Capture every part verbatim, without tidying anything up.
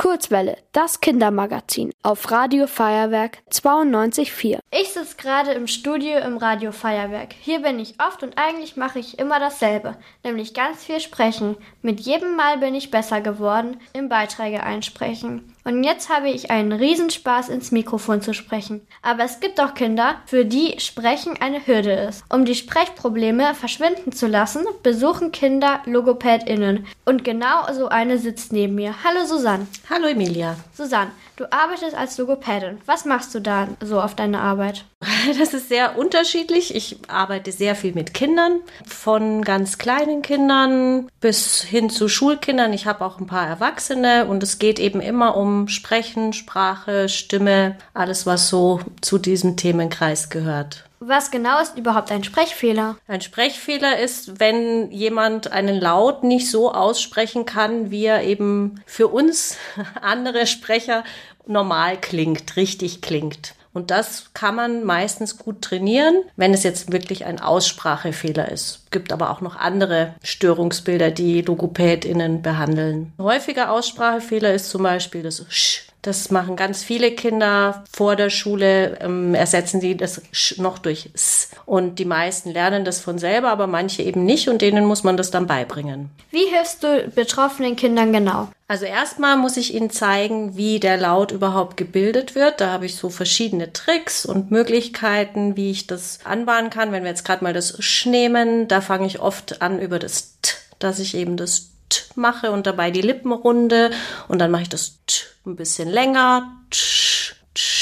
Kurzwelle, das Kindermagazin auf Radio Feuerwerk zweiundneunzig Komma vier. Ich sitze gerade im Studio im Radio Feuerwerk. Hier bin ich oft und eigentlich mache ich immer dasselbe, nämlich ganz viel sprechen. Mit jedem Mal bin ich besser geworden im Beiträge einsprechen. Und jetzt habe ich einen Riesenspaß, ins Mikrofon zu sprechen. Aber es gibt auch Kinder, für die Sprechen eine Hürde ist. Um die Sprechprobleme verschwinden zu lassen, besuchen Kinder LogopädInnen. Und genau so eine sitzt neben mir. Hallo Susanne. Hallo Emilia. Susanne, du arbeitest als Logopädin. Was machst du da so auf deine Arbeit? Das ist sehr unterschiedlich. Ich arbeite sehr viel mit Kindern, von ganz kleinen Kindern bis hin zu Schulkindern. Ich habe auch ein paar Erwachsene und es geht eben immer um Sprechen, Sprache, Stimme, alles, was so zu diesem Themenkreis gehört. Was genau ist überhaupt ein Sprechfehler? Ein Sprechfehler ist, wenn jemand einen Laut nicht so aussprechen kann, wie er eben für uns andere Sprecher normal klingt, richtig klingt. Und das kann man meistens gut trainieren, wenn es jetzt wirklich ein Aussprachefehler ist. Es gibt aber auch noch andere Störungsbilder, die LogopädInnen behandeln. Ein häufiger Aussprachefehler ist zum Beispiel das Sch. Das machen ganz viele Kinder vor der Schule, ähm, ersetzen sie das Sch noch durch S. Und die meisten lernen das von selber, aber manche eben nicht und denen muss man das dann beibringen. Wie hilfst du betroffenen Kindern genau? Also erstmal muss ich ihnen zeigen, wie der Laut überhaupt gebildet wird. Da habe ich so verschiedene Tricks und Möglichkeiten, wie ich das anbahnen kann. Wenn wir jetzt gerade mal das Sch nehmen, da fange ich oft an über das T, dass ich eben das T mache und dabei die Lippen runde und dann mache ich das T ein bisschen länger, tsch,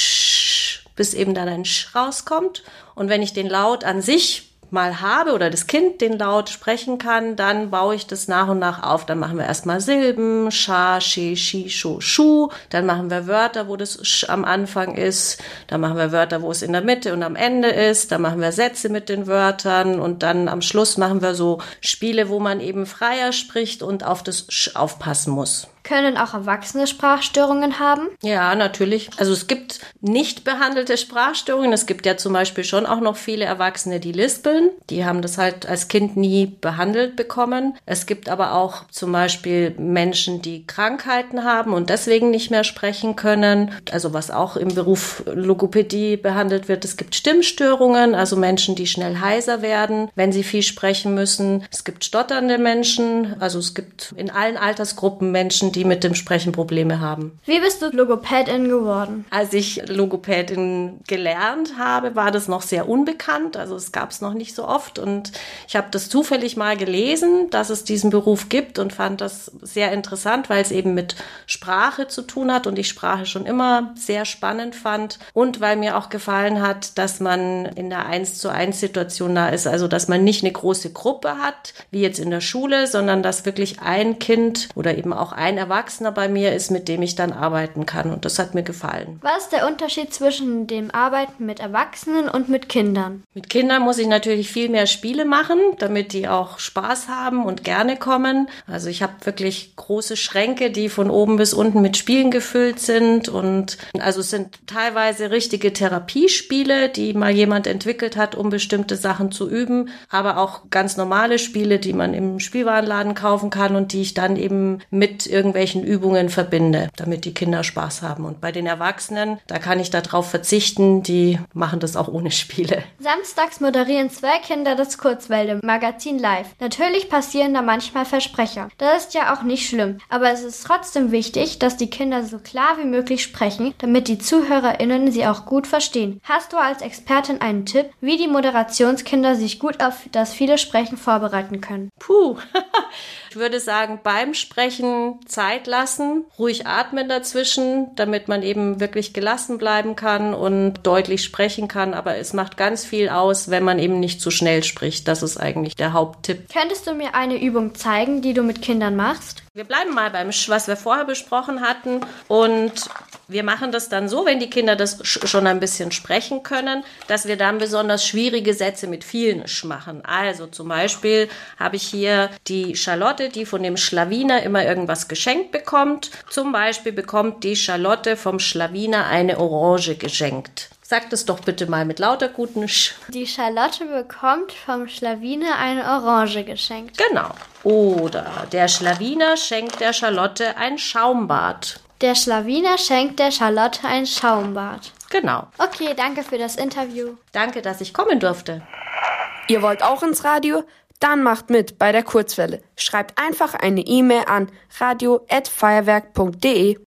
tsch, bis eben dann ein Sch rauskommt. Und wenn ich den Laut an sich mal habe oder das Kind den Laut sprechen kann, dann baue ich das nach und nach auf. Dann machen wir erstmal Silben, Scha, She, Shi, Scho, Schu. Dann machen wir Wörter, wo das Sch am Anfang ist. Dann machen wir Wörter, wo es in der Mitte und am Ende ist. Dann machen wir Sätze mit den Wörtern und dann am Schluss machen wir so Spiele, wo man eben freier spricht und auf das Sch aufpassen muss. Können auch Erwachsene Sprachstörungen haben? Ja, natürlich. Also es gibt nicht behandelte Sprachstörungen. Es gibt ja zum Beispiel schon auch noch viele Erwachsene, die lispeln. Die haben das halt als Kind nie behandelt bekommen. Es gibt aber auch zum Beispiel Menschen, die Krankheiten haben und deswegen nicht mehr sprechen können. Also was auch im Beruf Logopädie behandelt wird. Es gibt Stimmstörungen, also Menschen, die schnell heiser werden, wenn sie viel sprechen müssen. Es gibt stotternde Menschen. Also es gibt in allen Altersgruppen Menschen, die mit dem Sprechen Probleme haben. Wie bist du Logopädin geworden? Als ich Logopädin gelernt habe, war das noch sehr unbekannt. Also es gab es noch nicht so oft und ich habe das zufällig mal gelesen, dass es diesen Beruf gibt und fand das sehr interessant, weil es eben mit Sprache zu tun hat und ich Sprache schon immer sehr spannend fand und weil mir auch gefallen hat, dass man in der eins zu eins Situation da ist, also dass man nicht eine große Gruppe hat, wie jetzt in der Schule, sondern dass wirklich ein Kind oder eben auch ein Erwachsener bei mir ist, mit dem ich dann arbeiten kann. Und das hat mir gefallen. Was ist der Unterschied zwischen dem Arbeiten mit Erwachsenen und mit Kindern? Mit Kindern muss ich natürlich viel mehr Spiele machen, damit die auch Spaß haben und gerne kommen. Also ich habe wirklich große Schränke, die von oben bis unten mit Spielen gefüllt sind. Und also es sind teilweise richtige Therapiespiele, die mal jemand entwickelt hat, um bestimmte Sachen zu üben. Aber auch ganz normale Spiele, die man im Spielwarenladen kaufen kann und die ich dann eben mit irgendwelchen Übungen verbinde, damit die Kinder Spaß haben. Und bei den Erwachsenen, da kann ich darauf verzichten, die machen das auch ohne Spiele. Samstags moderieren zwei Kinder das Kurzwelle-Magazin live. Natürlich passieren da manchmal Versprecher. Das ist ja auch nicht schlimm. Aber es ist trotzdem wichtig, dass die Kinder so klar wie möglich sprechen, damit die ZuhörerInnen sie auch gut verstehen. Hast du als Expertin einen Tipp, wie die Moderationskinder sich gut auf das viele Sprechen vorbereiten können? Puh, ich würde sagen, beim Sprechen Zeit lassen, ruhig atmen dazwischen, damit man eben wirklich gelassen bleiben kann und deutlich sprechen kann. Aber es macht ganz viel aus, wenn man eben nicht zu schnell spricht. Das ist eigentlich der Haupttipp. Könntest du mir eine Übung zeigen, die du mit Kindern machst? Wir bleiben mal beim Sch, was wir vorher besprochen hatten. Und wir machen das dann so, wenn die Kinder das schon ein bisschen sprechen können, dass wir dann besonders schwierige Sätze mit vielen Sch machen. Also zum Beispiel habe ich hier die Charlotte, die von dem Schlawiner immer irgendwas geschenkt bekommt. Zum Beispiel bekommt die Charlotte vom Schlawiner eine Orange geschenkt. Sag das doch bitte mal mit lauter guten Sch. Die Charlotte bekommt vom Schlawiner eine Orange geschenkt. Genau. Oder der Schlawiner schenkt der Charlotte ein Schaumbad. Der Schlawiner schenkt der Charlotte ein Schaumbad. Genau. Okay, danke für das Interview. Danke, dass ich kommen durfte. Ihr wollt auch ins Radio? Dann macht mit bei der Kurzwelle. Schreibt einfach eine E-Mail an radio at feuerwerk punkt de.